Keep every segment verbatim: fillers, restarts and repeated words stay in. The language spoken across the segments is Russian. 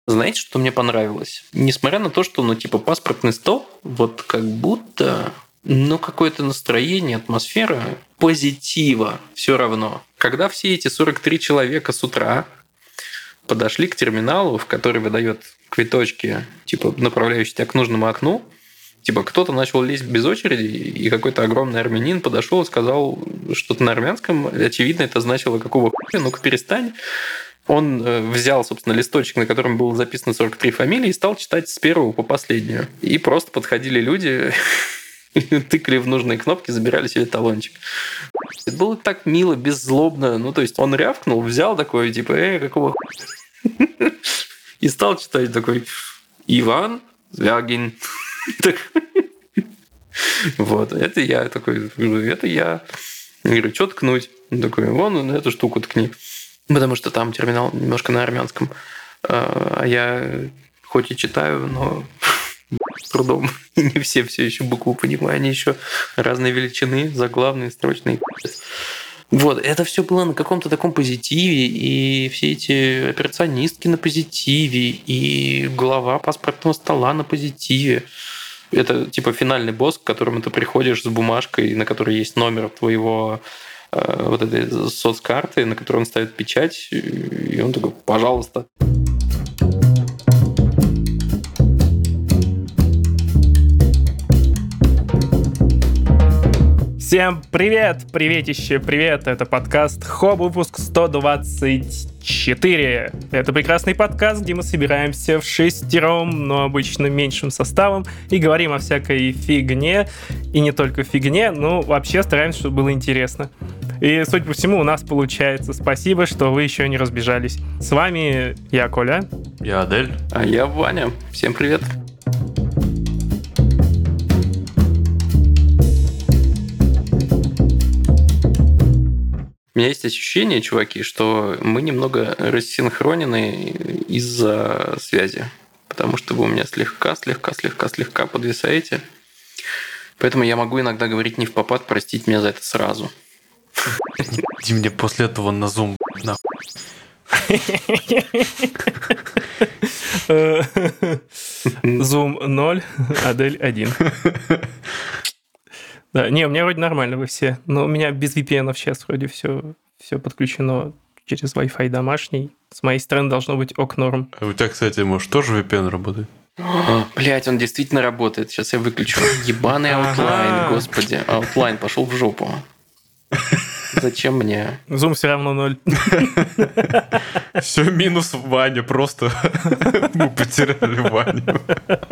Знаете, что мне понравилось? Несмотря на то, что, ну, типа, паспортный стол, вот как будто, ну, какое-то настроение, атмосфера позитива все равно. Когда все эти сорок три человека с утра подошли к терминалу, в который выдает квиточки, типа, направляющие тебя к нужному окну, типа, кто-то начал лезть без очереди, и какой-то огромный армянин подошел и сказал что-то на армянском. Очевидно, это значило, какого хуя, ну-ка перестань. Он взял, собственно, листочек, на котором было записано сорок три фамилии, и стал читать с первого по последнюю. И просто подходили люди, тыкали в нужные кнопки, забирали себе талончик. Это было так мило, беззлобно. Ну, то есть он рявкнул, взял такой, типа, э, какого хуя? И стал читать такой: Иван Звягин. Вот, это я такой, это я. Я говорю, что ткнуть? Он такой, вон на эту штуку ткни. Потому что там терминал немножко на армянском. А я хоть и читаю, но с трудом. Не все все еще букву понимают. Они еще разные величины, заглавные, строчные. Вот, это все было на каком-то таком позитиве, и все эти операционистки на позитиве, и глава паспортного стола на позитиве. Это типа финальный босс, к которому ты приходишь с бумажкой, на которой есть номер твоего вот этой соцкарты, на которой он ставит печать, и он такой, пожалуйста. Всем привет, приветище, привет, это подкаст Хоб, выпуск сто двадцать четыре. Это прекрасный подкаст, где мы собираемся в шестером, но обычно меньшим составом, и говорим о всякой фигне, и не только фигне, но вообще стараемся, чтобы было интересно. И, судя по всему, у нас получается. Спасибо, что вы еще не разбежались. С вами я, Коля. Я Адель. А я Ваня. Всем привет. У меня есть ощущение, чуваки, что мы немного рассинхронены из-за связи. Потому что вы у меня слегка, слегка, слегка, слегка подвисаете. Поэтому я могу иногда говорить не впопад, простить меня за это сразу. Иди мне после этого на Zoom, нахуй. Zoom ноль, Адель один. Да, не, у меня вроде нормально вы все, но у меня без ви пи эн сейчас вроде все, все подключено через Wi-Fi домашний. С моей стороны должно быть ок норм. А у тебя, кстати, может, тоже ви пи эн работает? Блять, он действительно работает. Сейчас я выключу. Ебаный аутлайн, господи. Аутлайн пошел в жопу. Зачем мне? Zoom все равно ноль. Все минус Ваня, просто мы потеряли Ваню.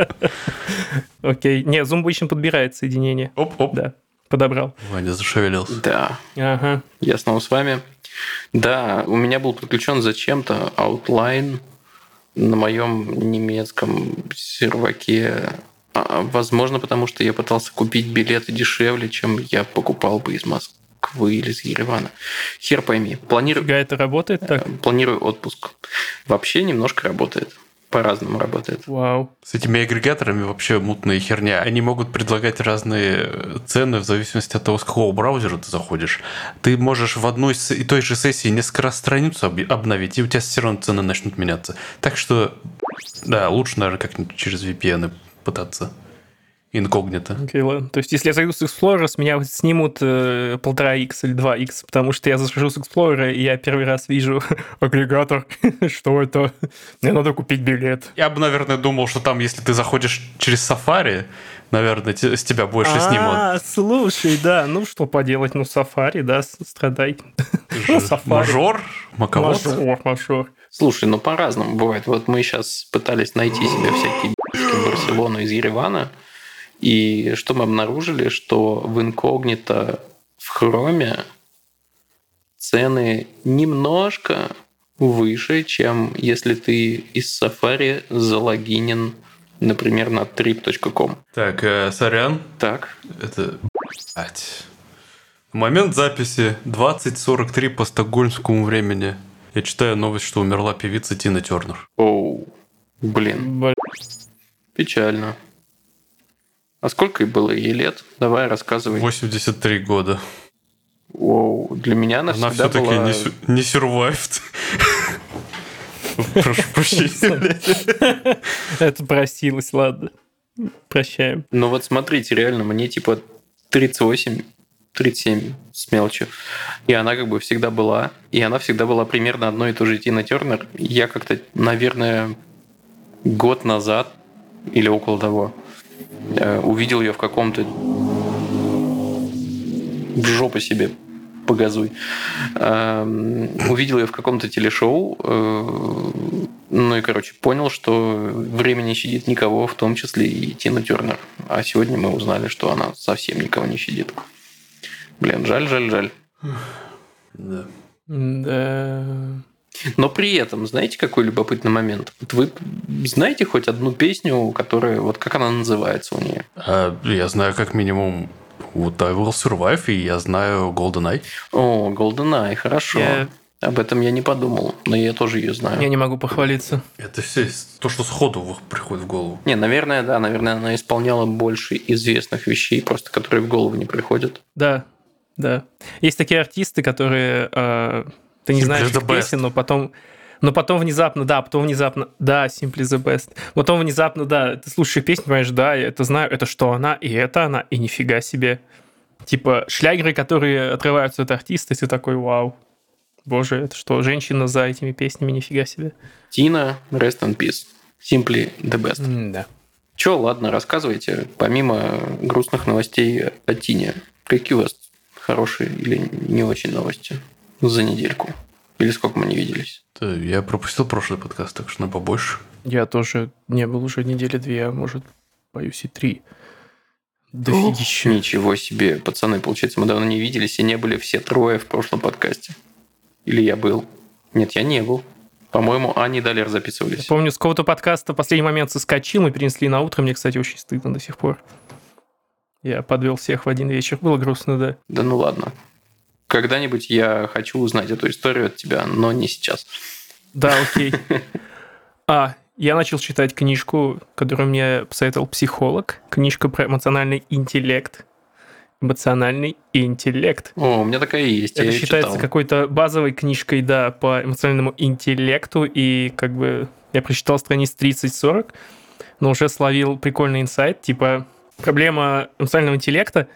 Окей. Не, Zoom обычно подбирает соединение. Оп-оп. Да, подобрал. Ваня зашевелился. Да. Ага. Я снова с вами. Да, у меня был подключен зачем-то аутлайн на моем немецком серваке. Возможно, потому что я пытался купить билеты дешевле, чем я покупал бы из Москвы. Или из Еревана. Хер пойми. Планирую... Фига это работает так? Планирую отпуск. Вообще немножко работает. По-разному работает. Вау. С этими агрегаторами вообще мутная херня. Они могут предлагать разные цены в зависимости от того, с какого браузера ты заходишь. Ты можешь в одной и той же сессии несколько раз страницу обновить, и у тебя все равно цены начнут меняться. Так что, да, лучше, наверное, как-нибудь через ви пи эн пытаться. Инкогнито. Окей, okay, ладно. То есть, если я зайду с Explorer, с меня снимут э, полтора икс или два икс, потому что я захожу с Explorer, и я первый раз вижу агрегатор. Что это? Мне надо купить билет. Я бы, наверное, думал, что там, если ты заходишь через Safari, наверное, с тебя больше снимут. А, слушай, да, ну что поделать, ну Safari, да, страдай. Мажор? Маковод? Мажор, мажор. Слушай, ну по-разному бывает. Вот мы сейчас пытались найти себе всякие Барселону из Еревана. И что мы обнаружили, что в инкогнито в Хроме цены немножко выше, чем если ты из Safari залогинен, например, на trip точка ком. Так, э, сорян. Так. Это... Блять. В момент записи двадцать сорок три по стокгольмскому времени. Я читаю новость, что умерла певица Тина Тернер. Оу, блин. Блин. Печально. А сколько было ей лет? Давай, рассказывай. восемьдесят три года. Оу, для меня она, она всегда все-таки была... не, не survived. Прошу прощения. Это просилось, ладно. Прощаем. Ну вот смотрите, реально, мне типа тридцать восемь, тридцать семь с мелочью. И она как бы всегда была. И она всегда была примерно одной и той же Тина Тернер. Я как-то, наверное, год назад или около того увидел ее в каком-то... В жопу себе погазуй. Увидел ее в каком-то телешоу. Ну и, короче, понял, что время не щадит никого, в том числе и Тину Тернер. А сегодня мы узнали, что она совсем никого не щадит. Блин, жаль, жаль, жаль. Да. Да. Но при этом, знаете, какой любопытный момент? Вот вы знаете хоть одну песню, которая... Вот как она называется у нее? А, я знаю как минимум вот I Will Survive, и я знаю GoldenEye. О, GoldenEye, хорошо. Я... Об этом я не подумал, но я тоже ее знаю. Я не могу похвалиться. Это все то, что сходу приходит в голову. Не, наверное, да, наверное, она исполняла больше известных вещей, просто которые в голову не приходят. Да, да. Есть такие артисты, которые... Э, ты не Simply знаешь the их песен, но потом... Но потом внезапно, да, потом внезапно, да, Simply the Best. Потом внезапно, да, ты слушаешь песню, понимаешь, да, я это знаю, это что она, и это она, и нифига себе. Типа шлягеры, которые отрываются от артиста, и ты такой, вау. Боже, это что, женщина за этими песнями, нифига себе. Тина, rest in peace. Simply the best. Mm, да. Че, ладно, рассказывайте, помимо грустных новостей о Тине, какие у вас хорошие или не очень новости за недельку? Или сколько мы не виделись? Я пропустил прошлый подкаст, так что на побольше. Я тоже не был уже недели две, а может, боюсь, и три. Дофигища. Ничего себе, пацаны, получается, мы давно не виделись и не были все трое в прошлом подкасте. Или я был? Нет, я не был. По-моему, Ани и Далер записывались. Я помню, с какого-то подкаста в последний момент соскочил, мы перенесли на утро. Мне, кстати, очень стыдно до сих пор. Я подвел всех в один вечер. Было грустно, да. Да ну ладно. Когда-нибудь я хочу узнать эту историю от тебя, но не сейчас. Да, окей. А, я начал читать книжку, которую мне посоветовал психолог. Книжка про эмоциональный интеллект. Эмоциональный интеллект. О, у меня такая и есть. Это считается читал. какой-то базовой книжкой, да, по эмоциональному интеллекту. И как бы я прочитал страниц тридцать-сорок, но уже словил прикольный инсайт. Типа проблема эмоционального интеллекта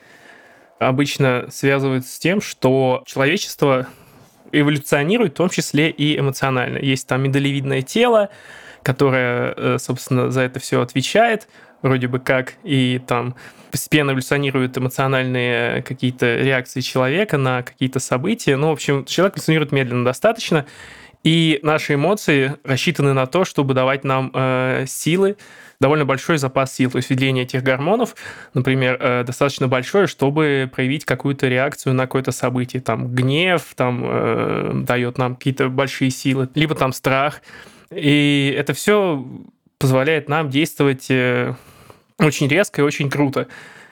обычно связывается с тем, что человечество эволюционирует, в том числе и эмоционально. Есть там миндалевидное тело, которое, собственно, за это все отвечает, вроде бы как, и там постепенно эволюционируют эмоциональные какие-то реакции человека на какие-то события. Ну, в общем, человек эволюционирует медленно достаточно, и наши эмоции рассчитаны на то, чтобы давать нам э, силы, довольно большой запас сил. То есть выделение этих гормонов, например, э, достаточно большое, чтобы проявить какую-то реакцию на какое-то событие. Там гнев там, э, дает нам какие-то большие силы, либо там страх. И это все позволяет нам действовать э, очень резко и очень круто.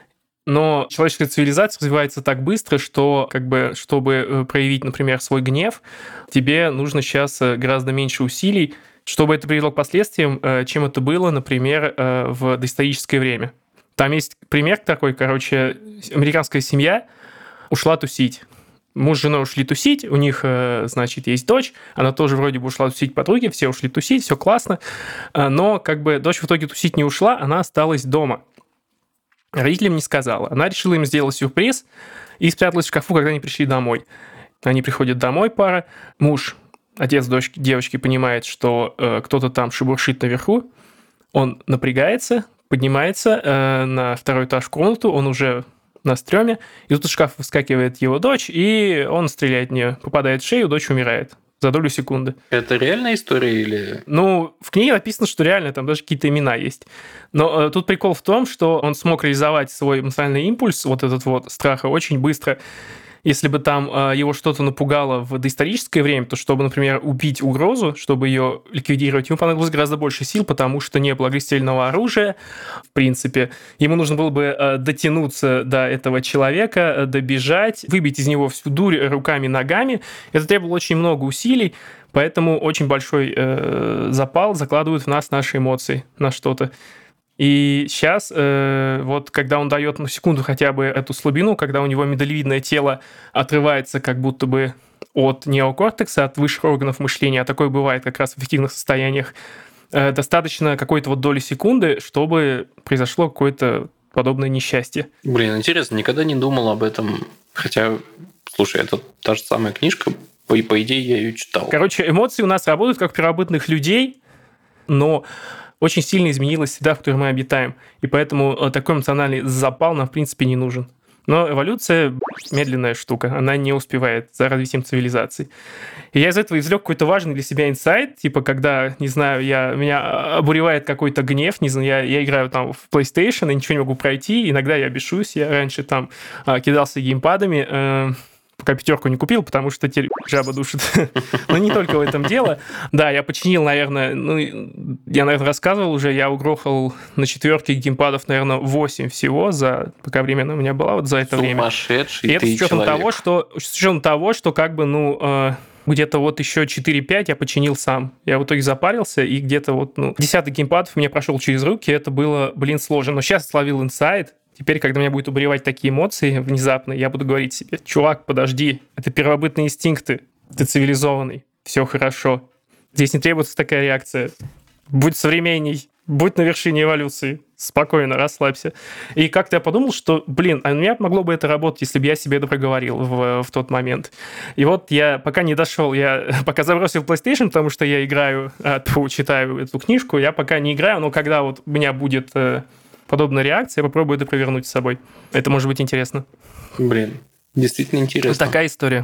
Но человеческая цивилизация развивается так быстро, что, как бы, чтобы проявить, например, свой гнев, тебе нужно сейчас гораздо меньше усилий, чтобы это привело к последствиям, чем это было, например, в доисторическое время. Там есть пример такой, короче, американская семья ушла тусить. Муж с женой ушли тусить, у них, значит, есть дочь, она тоже вроде бы ушла тусить подруги, все ушли тусить, все классно, но как бы дочь в итоге тусить не ушла, она осталась дома. Родителям не сказала. Она решила им сделать сюрприз и спряталась в шкафу, когда они пришли домой. Они приходят домой, пара, муж, отец дочки, девочки понимает, что э, кто-то там шебуршит наверху, он напрягается, поднимается э, на второй этаж в комнату, он уже на стреме, и тут из шкафа выскакивает его дочь, и он стреляет в нее, попадает в шею, дочь умирает за долю секунды. Это реальная история или... Ну, в книге написано, что реально, там даже какие-то имена есть. Но э, тут прикол в том, что он смог реализовать свой эмоциональный импульс, вот этот вот страха, очень быстро. Если бы там э, его что-то напугало в доисторическое время, то чтобы, например, убить угрозу, чтобы ее ликвидировать, ему понадобилось гораздо больше сил, потому что не было огнестрельного оружия, в принципе. Ему нужно было бы э, дотянуться до этого человека, э, добежать, выбить из него всю дурь руками, ногами. Это требовало очень много усилий, поэтому очень большой э, запал закладывают в нас наши эмоции на что-то. И сейчас, э, вот когда он дает на секунду хотя бы эту слабину, когда у него миндалевидное тело отрывается как будто бы от неокортекса, от высших органов мышления, а такое бывает как раз в эффективных состояниях, достаточно какой-то вот доли секунды, чтобы произошло какое-то подобное несчастье. Блин, интересно, никогда не думал об этом. Хотя, слушай, это та же самая книжка, по, по идее, я ее читал. Короче, эмоции у нас работают как у первобытных людей, но очень сильно изменилась среда, в которой мы обитаем. И поэтому такой эмоциональный запал нам, в принципе, не нужен. Но эволюция – медленная штука, она не успевает за развитием цивилизации. И я из этого извлек какой-то важный для себя инсайт, типа, когда, не знаю, я, меня обуревает какой-то гнев, не знаю, я, я играю там в PlayStation, и ничего не могу пройти, иногда я бешусь, я раньше там кидался геймпадами, э, пока пятерку не купил, потому что теперь жаба душит. Но не только в этом дело. Да, я починил, наверное, ну, я, наверное, рассказывал уже, я угрохал на четверке геймпадов, наверное, восемь всего, за пока время у меня была, вот за это время. Сумасшедший И это ты с учетом человек. того, что, с учетом того, что как бы, ну, э, где-то вот еще четыре-пять я починил сам. Я в итоге запарился, и где-то вот, ну, десяток геймпадов мне прошел через руки, это было, блин, сложно. Но сейчас словил инсайт. Теперь, когда меня будут убревать такие эмоции внезапно, я буду говорить себе: чувак, подожди, это первобытные инстинкты, ты цивилизованный, все хорошо. Здесь не требуется такая реакция. Будь современней, будь на вершине эволюции. Спокойно, расслабься. И как-то я подумал, что, блин, а у меня могло бы это работать, если бы я себе это проговорил в, в тот момент. И вот я пока не дошел, я пока забросил PlayStation, потому что я играю, а, тьфу, читаю эту книжку, я пока не играю, но когда вот у меня будет подобная реакция, я попробую это провернуть с собой. Это может быть интересно. Блин, действительно интересно. Вот такая история.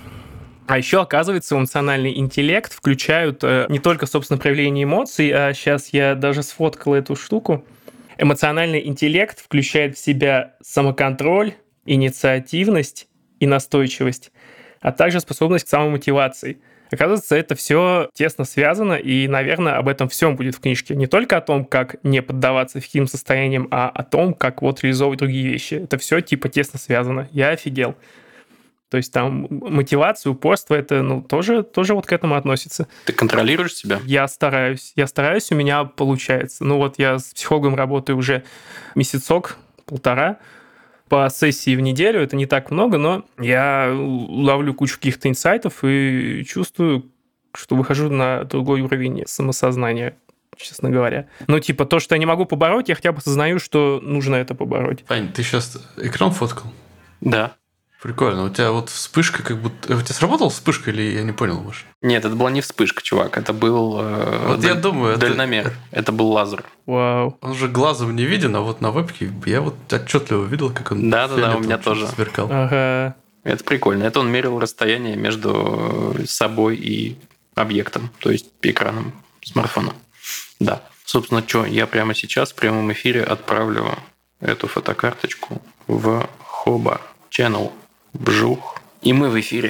А еще, оказывается, эмоциональный интеллект включают э, не только, собственно, проявление эмоций, а сейчас я даже сфоткал эту штуку. Эмоциональный интеллект включает в себя самоконтроль, инициативность и настойчивость, а также способность к самомотивации. Оказывается, это все тесно связано, и, наверное, об этом всем будет в книжке. Не только о том, как не поддаваться эффективным состояниям, а о том, как вот реализовывать другие вещи. Это все типа тесно связано. Я офигел. То есть там мотивация, упорство, это ну, тоже, тоже вот к этому относится. Ты контролируешь себя? Я стараюсь. Я стараюсь, у меня получается. Ну вот я с психологом работаю уже месяцок, полтора, по сессии в неделю, это не так много, но я ловлю кучу каких-то инсайтов и чувствую, что выхожу на другой уровень самосознания, честно говоря. Ну, типа, то, что я не могу побороть, я хотя бы осознаю, что нужно это побороть. Пань, ты сейчас экран фоткал? Да. Прикольно. У тебя вот вспышка как будто... У тебя сработала вспышка или я не понял, может? Нет, это была не вспышка, чувак. Это был э, вот даль... я думаю, дальномер. Это... это был лазер. Вау. Он же глазом не виден, а вот на вебке я вот отчетливо видел, как он Да-да-да, у меня тоже сверкал. Ага. Это прикольно. Это он мерил расстояние между собой и объектом, то есть экраном смартфона. Да. Собственно, что, я прямо сейчас в прямом эфире отправлю эту фотокарточку в Хоба Channel. Бжух. И мы в эфире.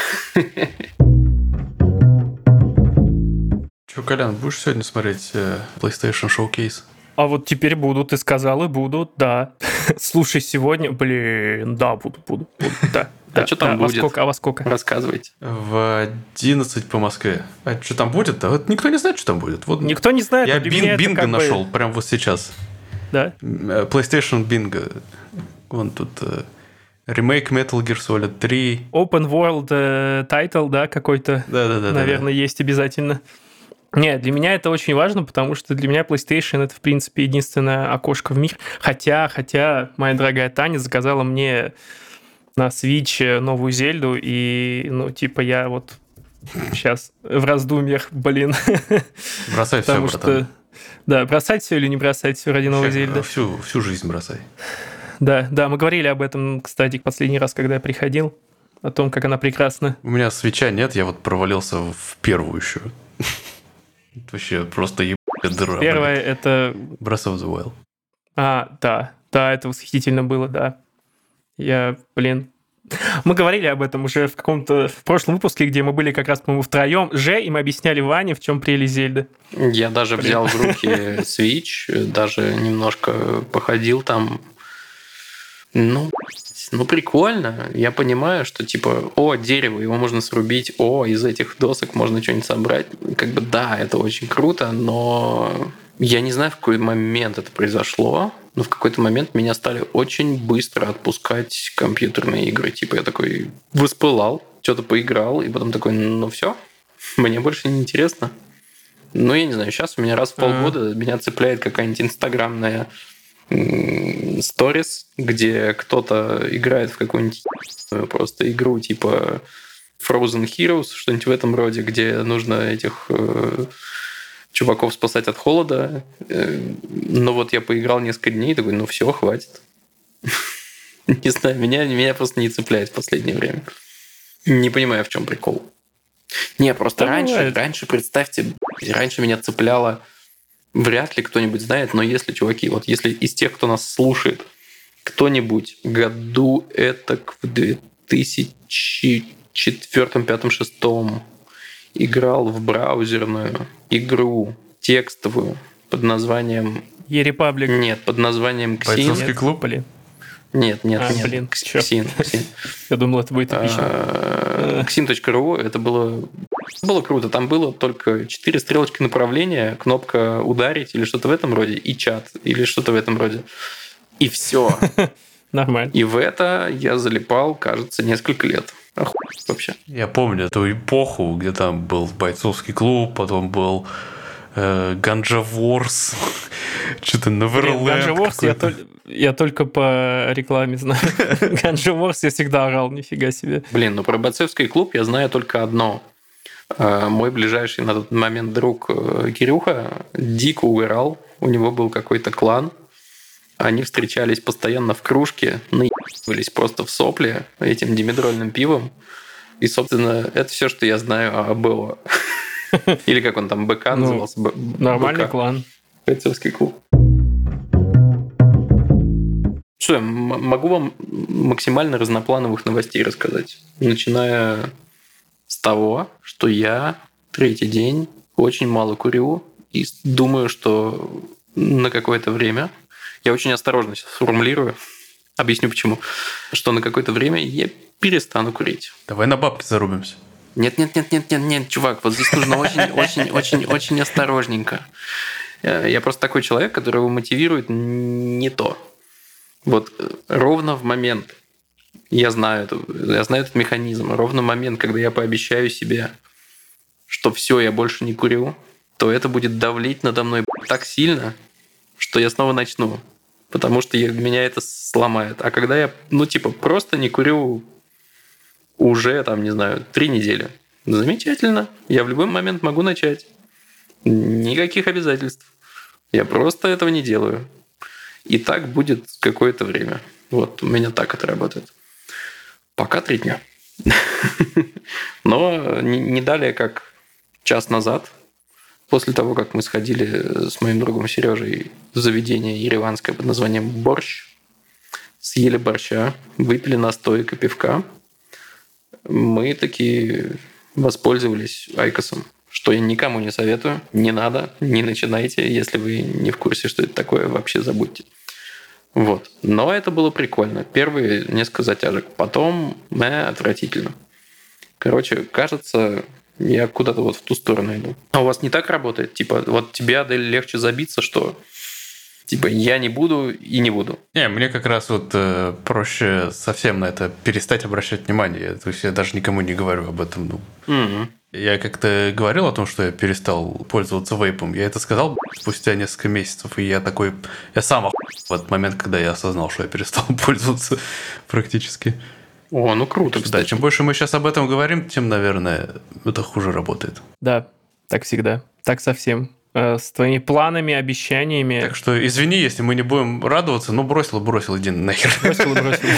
Че, Колян, будешь сегодня смотреть э, PlayStation Showcase? А вот теперь буду, ты сказал, и буду, да. Слушай, сегодня, блин, да, буду, буду, буду, да. А что там будет? Во сколько, а во сколько? Рассказывайте. В одиннадцать по Москве. А что там будет? Да вот никто не знает, что там будет. Вот никто не знает. я бин, бинго нашел бы... прямо вот сейчас. Да? PlayStation Bingo. Вон тут... Э... Ремейк Metal Gear Solid три. Open World э, title, да, какой-то, да-да-да, наверное, да. есть обязательно. Нет, для меня это очень важно, потому что для меня PlayStation — это, в принципе, единственное окошко в мир. Хотя, хотя моя дорогая Таня заказала мне на Switch новую Зельду, и, ну, типа, я вот сейчас в раздумьях, блин. Бросай все, братан. Что, да, бросать все или не бросать все ради новой Зельды? Всю, всю жизнь бросай. Да, да, мы говорили об этом, кстати, последний раз, когда я приходил, о том, как она прекрасна. У меня свеча нет, я вот провалился в первую еще. Вообще просто ебаная дыра. Первая — это... Breath of the Wild. А, да, да, это восхитительно было, да. Я, блин... Мы говорили об этом уже в каком-то в прошлом выпуске, где мы были как раз, по-моему, втроем. Же, и мы объясняли Ване, в чем прелесть Зельды. Я даже блин. взял в руки Switch, даже немножко походил там. Ну, ну, прикольно. Я понимаю, что типа, о, дерево, его можно срубить, о, из этих досок можно что-нибудь собрать. Как бы да, это очень круто, но я не знаю, в какой момент это произошло, но в какой-то момент меня стали очень быстро отпускать компьютерные игры. Типа я такой воспылал, что-то поиграл, и потом такой, ну все, мне больше не интересно. Ну, я не знаю, сейчас у меня раз в полгода А-а-а. меня цепляет какая-нибудь инстаграмная сторис, где кто-то играет в какую-нибудь просто игру типа Frozen Heroes, что-нибудь в этом роде, где нужно этих э, чуваков спасать от холода. Но вот я поиграл несколько дней, такой, ну все, хватит. Не знаю, меня, меня просто не цепляет в последнее время. Не понимаю, в чем прикол. Не, просто раньше, раньше, представьте, раньше меня цепляло, вряд ли кто-нибудь знает, но если, чуваки, вот если из тех, кто нас слушает, кто-нибудь году это в две тысячи четвёртом, пятом, шестом играл в браузерную игру текстовую под названием... E-Republic. Нет, под названием Ксин. Бойцовский клуб? Блин. Нет, нет, а, нет. Блин, Ксин, Ксин. Я думал, это будет эпично. ксин точка ру, это было... было круто. Там было только четыре стрелочки направления, кнопка «Ударить» или что-то в этом роде, и чат, или что-то в этом роде. И все. Нормально. И в это я залипал, кажется, несколько лет. Охуеть вообще. Я помню эту эпоху, где там был бойцовский клуб, потом был э, Ганджа Ворс, что-то Неверленд. Ганджа Ворс я, тол- я только по рекламе знаю. Ганджа Ворс я всегда орал, нифига себе. Блин, ну про бойцовский клуб я знаю только одно. Мой ближайший на тот момент друг Кирюха дико угорал. У него был какой-то клан. Они встречались постоянно в кружке, наебывались просто в сопли этим димедрольным пивом. И, собственно, это все, что я знаю о БО. Или как он там, БК назывался? Ну, нормальный клан. Бойцовский клуб. Что, я могу вам максимально разноплановых новостей рассказать. Начиная с того, что я третий день очень мало курю и думаю, что на какое-то время... Я очень осторожно сейчас формулирую. Объясню почему. Что на какое-то время я перестану курить. Давай на бабки зарубимся. Нет, нет, нет, нет, нет, нет, чувак, вот здесь нужно очень, очень, очень, очень осторожненько. Я просто такой человек, которого мотивирует не то. Вот ровно в момент, я знаю, я знаю этот механизм, ровно в момент, когда я пообещаю себе, что все, я больше не курю, то это будет давлеть надо мной так сильно, что я снова начну. Потому что меня это сломает. А когда я, ну, типа, просто не курю уже, там, не знаю, три недели. Замечательно. Я в любой момент могу начать. Никаких обязательств. Я просто этого не делаю. И так будет какое-то время. Вот у меня так это работает. Пока три дня. Но не далее, как час назад, после того, как мы сходили с моим другом Сережей в заведение ереванское под названием «Борщ», съели борща, выпили настойка пивка, мы таки воспользовались айкосом, что я никому не советую, не надо, не начинайте, если вы не в курсе, что это такое, вообще забудьте. Вот. Но это было прикольно. Первые несколько затяжек. Потом э, отвратительно. Короче, кажется... Я куда-то вот в ту сторону иду. А у вас не так работает? Типа, вот тебе, Адель, легче забиться, что типа я не буду и не буду. Не, мне как раз вот э, проще совсем на это перестать обращать внимание. То есть я даже никому не говорю об этом. Ну. Угу. Я как-то говорил о том, что я перестал пользоваться вейпом. Я это сказал спустя несколько месяцев, и я такой... Я сам охуел в этот момент, когда я осознал, что я перестал пользоваться практически. О, ну круто, да, кстати. чем больше мы сейчас об этом говорим, тем, наверное, это хуже работает. Да, так всегда. Так совсем. С твоими планами, обещаниями. Так что извини, если мы не будем радоваться, ну бросил и бросил, иди нахер. Бросил и бросил.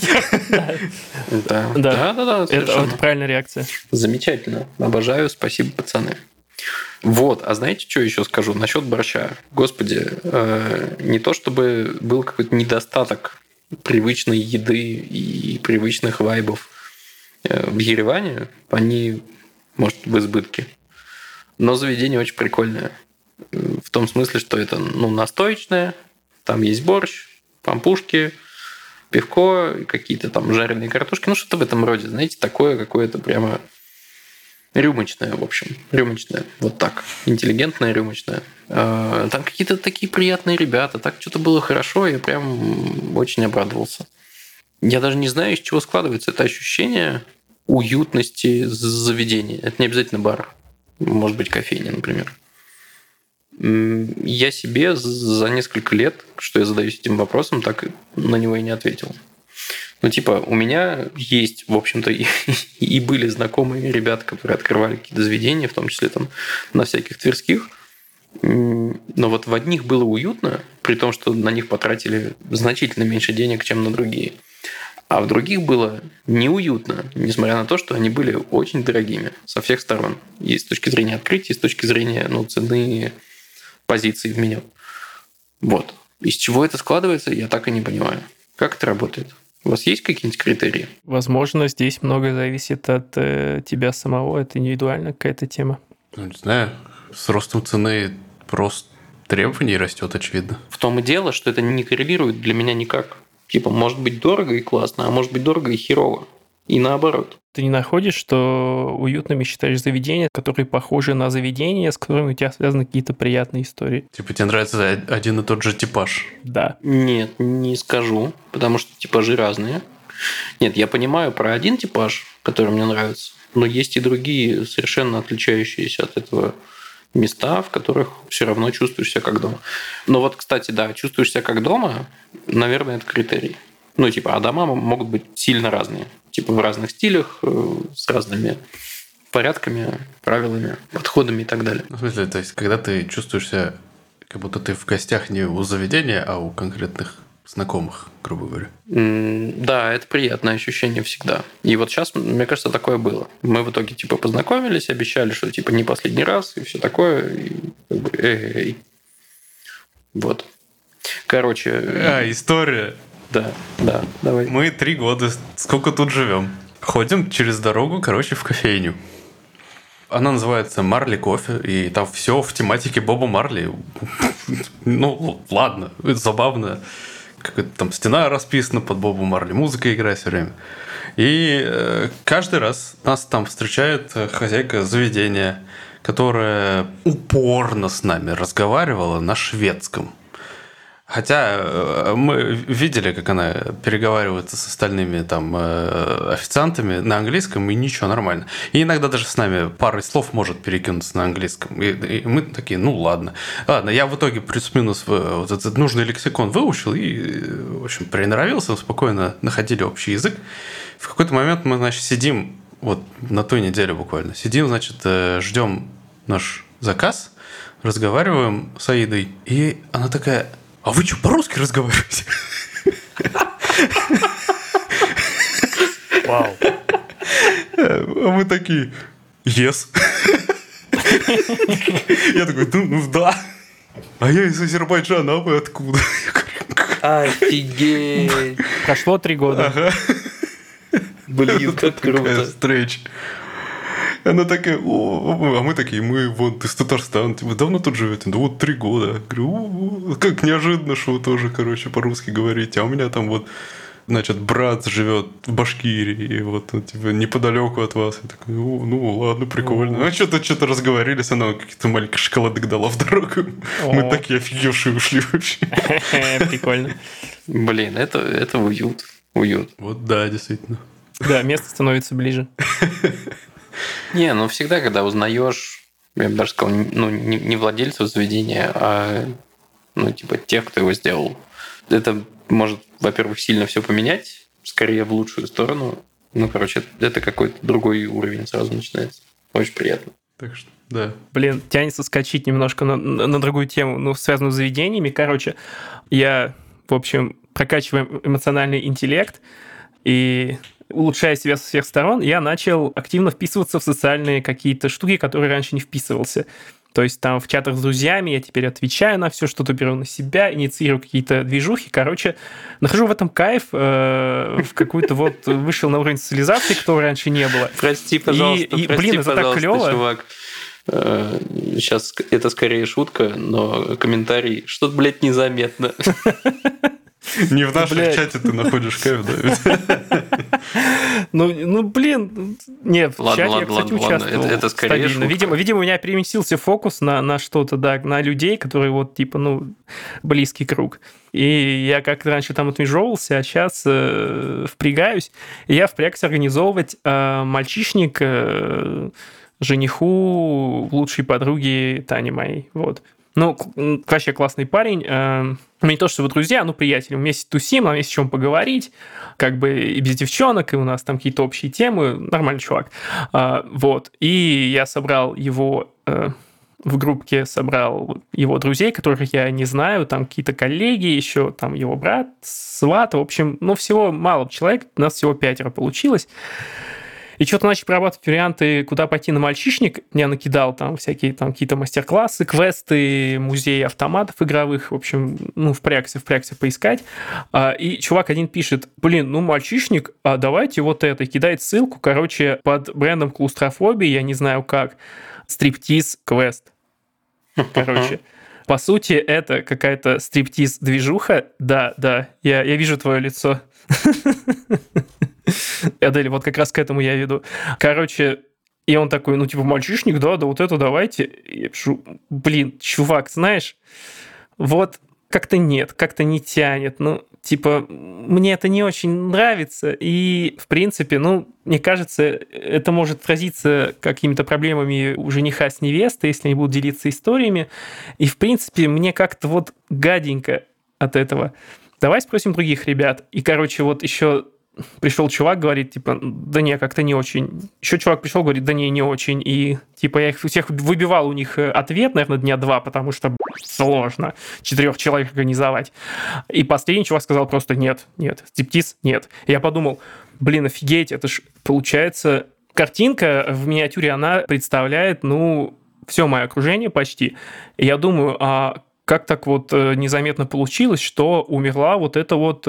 Да, да, да. Это правильная реакция. Замечательно. Обожаю, спасибо, пацаны. Вот, а знаете, что еще скажу насчет борща? Господи, не то чтобы был какой-то недостаток привычной еды и привычных вайбов в Ереване, они, может, в избытке. Но заведение очень прикольное. В том смысле, что это ну, настоечное, там есть борщ, пампушки, пивко, какие-то там жареные картошки, ну что-то в этом роде, знаете, такое какое-то прямо рюмочное, в общем, рюмочное, вот так, интеллигентное рюмочное. Там какие-то такие приятные ребята, так что-то было хорошо, я прям очень обрадовался. Я даже не знаю, из чего складывается это ощущение, уютности заведения. Это не обязательно бар. Может быть, кофейня, например. Я себе за несколько лет, что я задаюсь этим вопросом, так на него и не ответил. Ну, типа, у меня есть, в общем-то, и, и были знакомые ребята, которые открывали какие-то заведения, в том числе там на всяких тверских. Но вот в одних было уютно, при том, что на них потратили значительно меньше денег, чем на другие. А в других было неуютно, несмотря на то, что они были очень дорогими со всех сторон. И с точки зрения открытия, и с точки зрения ну, цены, позиции в меню. Вот. Из чего это складывается, я так и не понимаю. Как это работает? У вас есть какие-нибудь критерии? Возможно, здесь многое зависит от э, тебя самого. Это индивидуально какая-то тема. Ну, не знаю. С ростом цены рост требований растет, очевидно. В том и дело, что это не коррелирует для меня никак. Типа, может быть дорого и классно, а может быть дорого и херово. И наоборот. Ты не находишь, что уютными считаешь заведения, которые похожи на заведения, с которыми у тебя связаны какие-то приятные истории? Типа тебе нравится один и тот же типаж? Да. Нет, не скажу, потому что типажи разные. Нет, я понимаю про один типаж, который мне нравится, но есть и другие, совершенно отличающиеся от этого места, в которых все равно чувствуешь себя как дома. Но вот, кстати, да, чувствуешь себя как дома, наверное, это критерий. Ну, типа, а дома могут быть сильно разные. Типа в разных стилях, с разными порядками, правилами, подходами и так далее. В смысле, то есть, когда ты чувствуешь себя, как будто ты в гостях не у заведения, а у конкретных знакомых, грубо говоря. Да, это приятное ощущение всегда. И вот сейчас, мне кажется, такое было. Мы в итоге типа познакомились, обещали, что типа не последний раз, и все такое. И как бы эй-эй-эй. Вот. Короче... А, история. Да, да, давай. Мы три года, сколько тут живем. Ходим через дорогу, короче, в кофейню. Она называется Марли Кофе, и там все в тематике Боба Марли. Ну, ладно, это забавно. Какая-то там стена расписана под Бобу Марли, музыка играет все время. И э, каждый раз нас там встречает хозяйка заведения, которая упорно с нами разговаривала на шведском. Хотя мы видели, как она переговаривается с остальными там официантами на английском, и ничего, нормально. И иногда даже с нами парой слов может перекинуться на английском. И, и мы такие, ну ладно. Ладно, я в итоге плюс-минус вот этот нужный лексикон выучил и, в общем, приноровился, спокойно находили общий язык. В какой-то момент мы, значит, сидим, вот на той неделе буквально, сидим, значит, ждем наш заказ, разговариваем с Аидой, и она такая... А вы что, по-русски разговариваете? Вау. А мы такие, yes. Я такой, ну, ну да. А я из Азербайджана, а вы откуда? Офигеть. Прошло три года. Ага. Блин, как круто. Встреча. Она такая, о, а мы такие, мы вот из Татарстана, типа, давно тут живете? Да вот три года. Говорю, как неожиданно, что вы тоже, короче, по-русски говорите. А у меня там вот, значит, брат живет в Башкирии, и вот, типа, неподалеку от вас. Я такой, ну, ладно, прикольно. Ну, что-то что-то разговорились, она какие-то маленькие шоколадок дала в дорогу. Мы такие офигевшие ушли вообще. Прикольно. Блин, это, это уют. Уют. Вот да, действительно. Да, место становится ближе. Не, ну всегда, когда узнаешь, я бы даже сказал, ну, не, не владельцев заведения, а ну, типа тех, кто его сделал. Это может, во-первых, сильно все поменять, скорее в лучшую сторону. Ну, короче, это какой-то другой уровень сразу начинается. Очень приятно. Так что, да. Блин, тянется скачить немножко на, на, на другую тему, ну, связанную с заведениями. Короче, я, в общем, прокачиваю эмоциональный интеллект, и улучшая себя со всех сторон, я начал активно вписываться в социальные какие-то штуки, которые раньше не вписывался. То есть там в чатах с друзьями я теперь отвечаю на все, что-то беру на себя, инициирую какие-то движухи. Короче, нахожу в этом кайф, э, в какую-то вот вышел на уровень социализации, которого раньше не было. Прости, пожалуйста, и, и, прости, блин, это так клево. Чувак. Сейчас это скорее шутка, но комментарий, что-то, блядь, незаметно. Не в нашем чате ты находишь кайф, да? Ну, ну, блин, нет, в Ладно, чате я, ладно, кстати, ладно, ладно. участвовал. Это- это скорее стабильно. шутка. Видимо, видимо, у меня переместился фокус на, на что-то, да, на людей, которые вот, типа, ну, близкий круг. И я как-то раньше там отмежевывался, а сейчас э, впрягаюсь. И я впрягся организовывать э, мальчишник э, жениху лучшей подруги Тани моей, вот. Ну, к- м, вообще классный парень. э, Мы не то что вы друзья, ну, приятели. Мы вместе тусим, нам есть о чем поговорить. Как бы и без девчонок, и у нас там какие-то общие темы. Нормальный чувак. А, Вот. И я собрал его... э, в группке собрал его друзей, которых я не знаю, там какие-то коллеги, еще там его брат, сват, в общем, ну, всего мало человек, у нас всего пятеро получилось. И что-то начали прорабатывать варианты, куда пойти на мальчишник. Я накидал там всякие там какие-то мастер-классы, квесты, музеи автоматов игровых. В общем, ну, впрягся, впрягся поискать. А, И чувак один пишет, блин, ну, мальчишник, а давайте вот это. И кидает ссылку, короче, под брендом клаустрофобии, я не знаю как, стриптиз-квест. Короче, по сути, это какая-то стриптиз-движуха. Да, да, я, я вижу твое лицо. Адель, вот как раз к этому я веду. Короче, и он такой, ну, типа, мальчишник, да, да вот это давайте. И я пишу, блин, чувак, знаешь, вот как-то нет, как-то не тянет. Ну, типа, мне это не очень нравится. И, в принципе, ну, мне кажется, это может отразиться какими-то проблемами у жениха с невестой, если они будут делиться историями. И, в принципе, мне как-то вот гаденько от этого. Давай спросим других ребят. И, короче, вот еще пришел чувак, говорит, типа, да не, как-то не очень. Еще чувак пришел, говорит, да не, не очень. И, типа, я их всех выбивал у них ответ, наверное, дня два, потому что, блядь, сложно четырех человек организовать. И последний чувак сказал просто нет, нет, стриптиз нет. И я подумал, блин, офигеть, это ж получается... Картинка в миниатюре, она представляет, ну, все мое окружение почти. И я думаю, а как так вот незаметно получилось, что умерла вот эта вот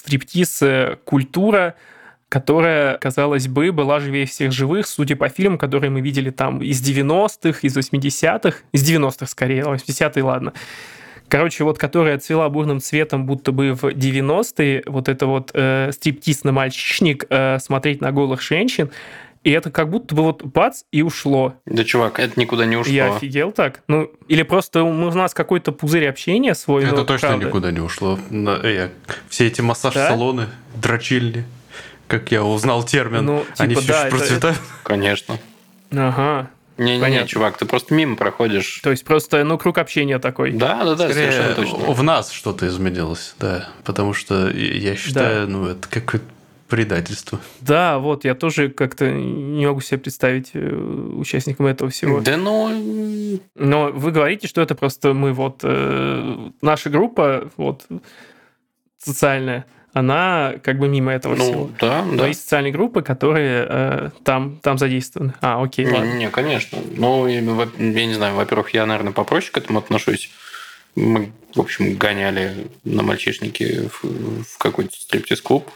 стриптиз-культура, которая, казалось бы, была живее всех живых, судя по фильмам, которые мы видели там из девяностых, из восьмидесятых, из девяностых скорее, восьмидесятые, ладно. Короче, вот которая цвела бурным цветом, будто бы в девяностые, вот это вот э, стриптиз на мальчишник, э, смотреть на голых женщин, и это как будто бы вот бац, и ушло. Да, чувак, это никуда не ушло. Я офигел так. Ну, или просто у нас какой-то пузырь общения свой. Это но, точно правда. никуда не ушло. На- э, Все эти массаж-салоны, дрочильни, как я узнал термин, Ну, они типа, все да, еще это- процветают. Конечно. Ага. Не-не-не, Понятно. чувак, ты просто мимо проходишь. То есть просто, ну, круг общения такой. Да-да-да, Скорее, совершенно точно. в нас что-то изменилось, да. Потому что я считаю, ну, это какое-то предательство. Да, вот, я тоже как-то не могу себе представить э, участником этого всего. Да ну... Но вы говорите, что это просто мы вот... э, наша группа, вот, социальная, она как бы мимо этого всего. Ну, да, Но да. есть социальные группы, которые э, там, там задействованы. А, окей, ладно. Не-не-не, конечно. Ну, и, во- я не знаю, во-первых, я, наверное, попроще к этому отношусь. Мы, в общем, гоняли на мальчишнике в, в какой-то стриптиз-клуб,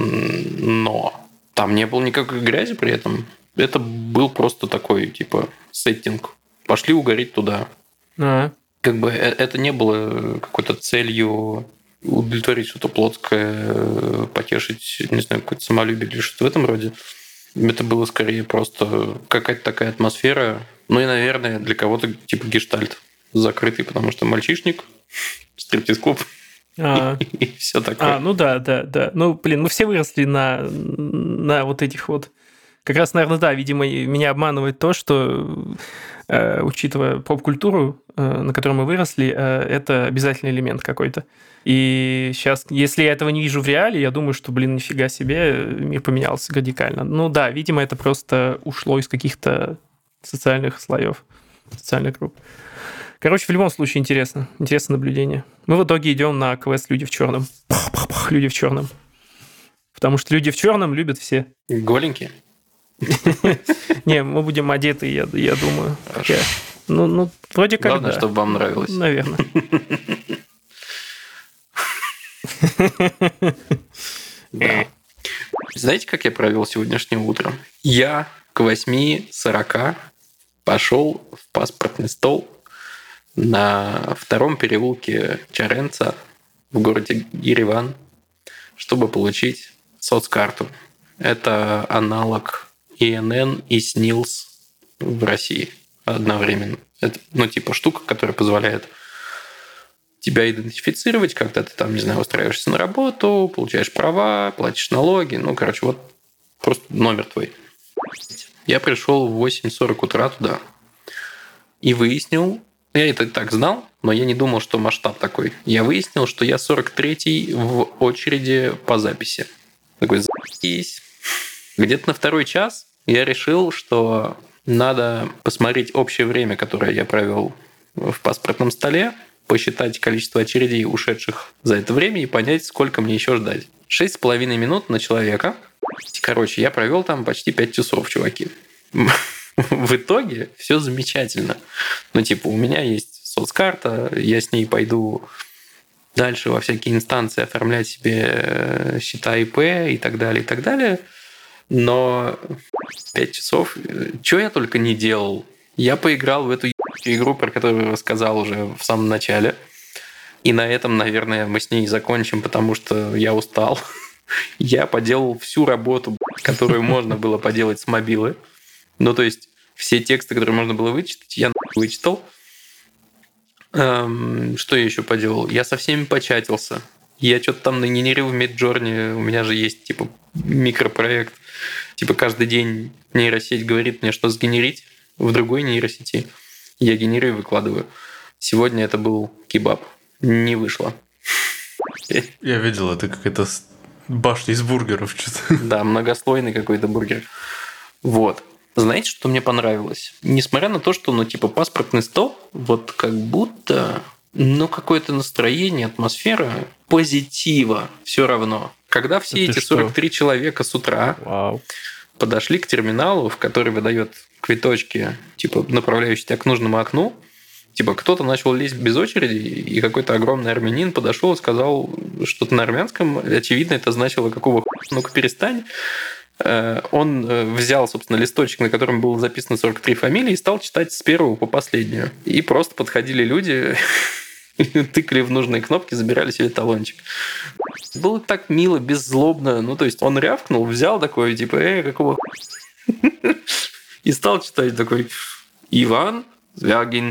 М, но там не было никакой грязи при этом. Это был просто такой, типа, сеттинг. Пошли угореть туда. А, Как бы э- это не было какой-то целью удовлетворить что-то плотское, потешить, не знаю, какое-то самолюбие или что-то в этом роде. Это было скорее просто какая-то такая атмосфера. Ну и, наверное, для кого-то типа гештальт закрытый, потому что мальчишник, стриптиз-клуб а, и все такое. а, ну да, да, да. Ну, блин, мы все выросли на, на вот этих вот... Как раз, наверное, да, видимо, меня обманывает то, что, э, учитывая поп-культуру, э, на которой мы выросли, э, это обязательный элемент какой-то. И сейчас, если я этого не вижу в реале, я думаю, что, блин, нифига себе, мир поменялся радикально. Ну да, видимо, это просто ушло из каких-то социальных слоев, социальных групп. Короче, в любом случае интересно. Интересное наблюдение. Мы в итоге идем на квест «Люди в черном». Пах-пах-пах, «Люди в черном». Потому что люди в черном любят все. Голенькие? Не, мы будем одеты, я, я думаю. Хотя, ну, ну, вроде как Главное, да. чтобы вам нравилось. Наверное. Да. Знаете, как я провел сегодняшнее утро? Я к восьми сорока пошел в паспортный стол на втором переулке Чаренца в городе Ереван, чтобы получить соцкарту. Это аналог и эн эн и СНИЛС в России одновременно. Это, ну, типа штука, которая позволяет тебя идентифицировать, когда ты там, не знаю, устраиваешься на работу, получаешь права, платишь налоги. Ну, короче, вот просто номер твой. Я пришел в восемь сорок утра туда и выяснил, я это так знал, но я не думал, что масштаб такой. Я выяснил, что я сорок третий в очереди по записи. Такой, за***ись. Где-то на второй час я решил, что надо посмотреть общее время, которое я провел в паспортном столе, посчитать количество очередей, ушедших за это время, и понять, сколько мне еще ждать. Шесть с половиной минут на человека. Короче, я провел там почти пять часов, чуваки. В итоге все замечательно. Ну, типа, у меня есть соцкарта, я с ней пойду дальше во всякие инстанции оформлять себе счета ИП и так далее, и так далее. Но пять часов... Что я только не делал? Я поиграл в эту игру, про которую я рассказал уже в самом начале. И на этом, наверное, мы с ней закончим, потому что я устал. Я поделал всю работу, которую можно было поделать с мобилы. Ну, то есть, все тексты, которые можно было вычитать, я вычитал. Эм, что я еще поделал? Я со всеми початился. Я что-то там нагенерил в Midjourney. У меня же есть, типа, микропроект. Типа, каждый день нейросеть говорит мне, что сгенерить в другой нейросети. Я генерирую и выкладываю. Сегодня это был кебаб. Не вышло. Я видел, это какая-то башня из бургеров. Что-то. Да, многослойный какой-то бургер. Вот. Знаете, что мне понравилось? Несмотря на то, что, ну, типа, паспортный стол, вот как будто, ну, какое-то настроение, атмосфера позитива все равно. Когда все Это эти что? сорок три человека с утра Вау. подошли к терминалу, в который выдает квиточки, типа, направляющие тебя к нужному окну, типа, кто-то начал лезть без очереди, и какой-то огромный армянин подошел и сказал что-то на армянском. Очевидно, это значило, какого хуя, ну-ка перестань. Он взял, собственно, листочек, на котором было записано сорок три фамилии, и стал читать с первого по последнюю. И просто подходили люди, тыкали в нужные кнопки, забирали себе талончик. Было так мило, беззлобно. Ну, то есть он рявкнул, взял такой, типа, эй, какого хуя? И стал читать такой: Иван Звягин.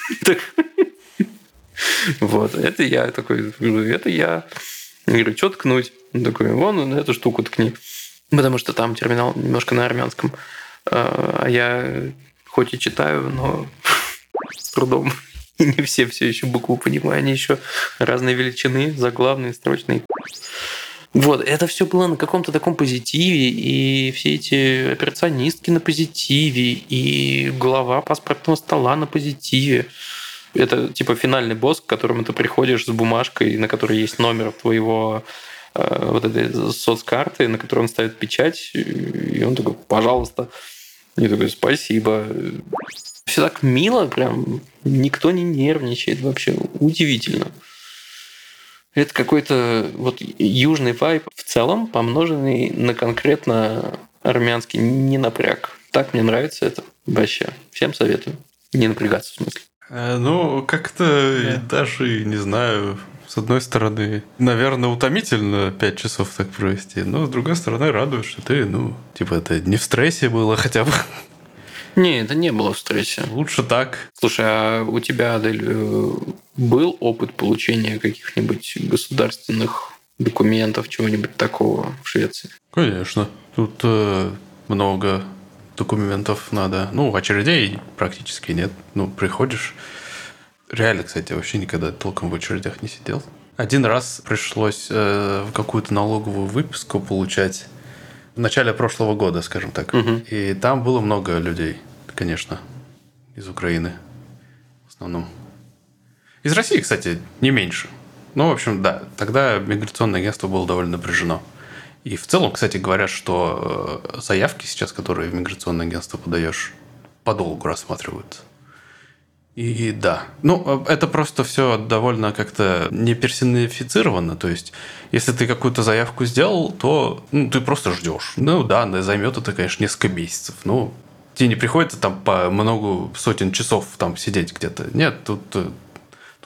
Вот, это я такой, это я. Я говорю, что ткнуть? Он такой, вон на эту штуку ткни. Потому что там терминал немножко на армянском. А я хоть и читаю, но с трудом. И не все все еще букву понимают. Они еще разные величины, заглавные, строчные. Вот, это все было на каком-то таком позитиве, и все эти операционистки на позитиве, и глава паспортного стола на позитиве. Это типа финальный босс, к которому ты приходишь с бумажкой, на которой есть номер твоего вот этой соцкарты, на которой он ставит печать, и он такой, пожалуйста. Я такой, спасибо. Все так мило, прям никто не нервничает вообще. Удивительно. Это какой-то вот южный вайб в целом, помноженный на конкретно армянский ненапряг. Так мне нравится это вообще. Всем советую. Не напрягаться, в смысле. А, ну, как-то Да. даже, не знаю, с одной стороны, наверное, утомительно пять часов так провести, но с другой стороны, радует, что ты, ну, типа, это не в стрессе было хотя бы. Не, это не было в стрессе. Лучше так. Слушай, а у тебя, Адель, э, был опыт получения каких-нибудь государственных документов, чего-нибудь такого в Швеции? Конечно. Тут э, много документов надо. Ну, очередей практически нет. Ну, приходишь. Реально, кстати, вообще никогда толком в очередях не сидел. Один раз пришлось э, в какую-то налоговую выписку получать в начале прошлого года, скажем так. Угу. И там было много людей, конечно, из Украины в основном. Из России, кстати, не меньше. Ну, в общем, да, тогда миграционное агентство было довольно напряжено. И в целом, кстати, говорят, что э, заявки сейчас, которые в миграционное агентство подаешь, подолгу рассматривают. И, и да. Ну, это просто все довольно как-то не персонифицировано. То есть, если ты какую-то заявку сделал, то ну, ты просто ждешь. Ну да, займет это, конечно, несколько месяцев. Ну, тебе не приходится там по много сотен часов там сидеть где-то. Нет, тут, тут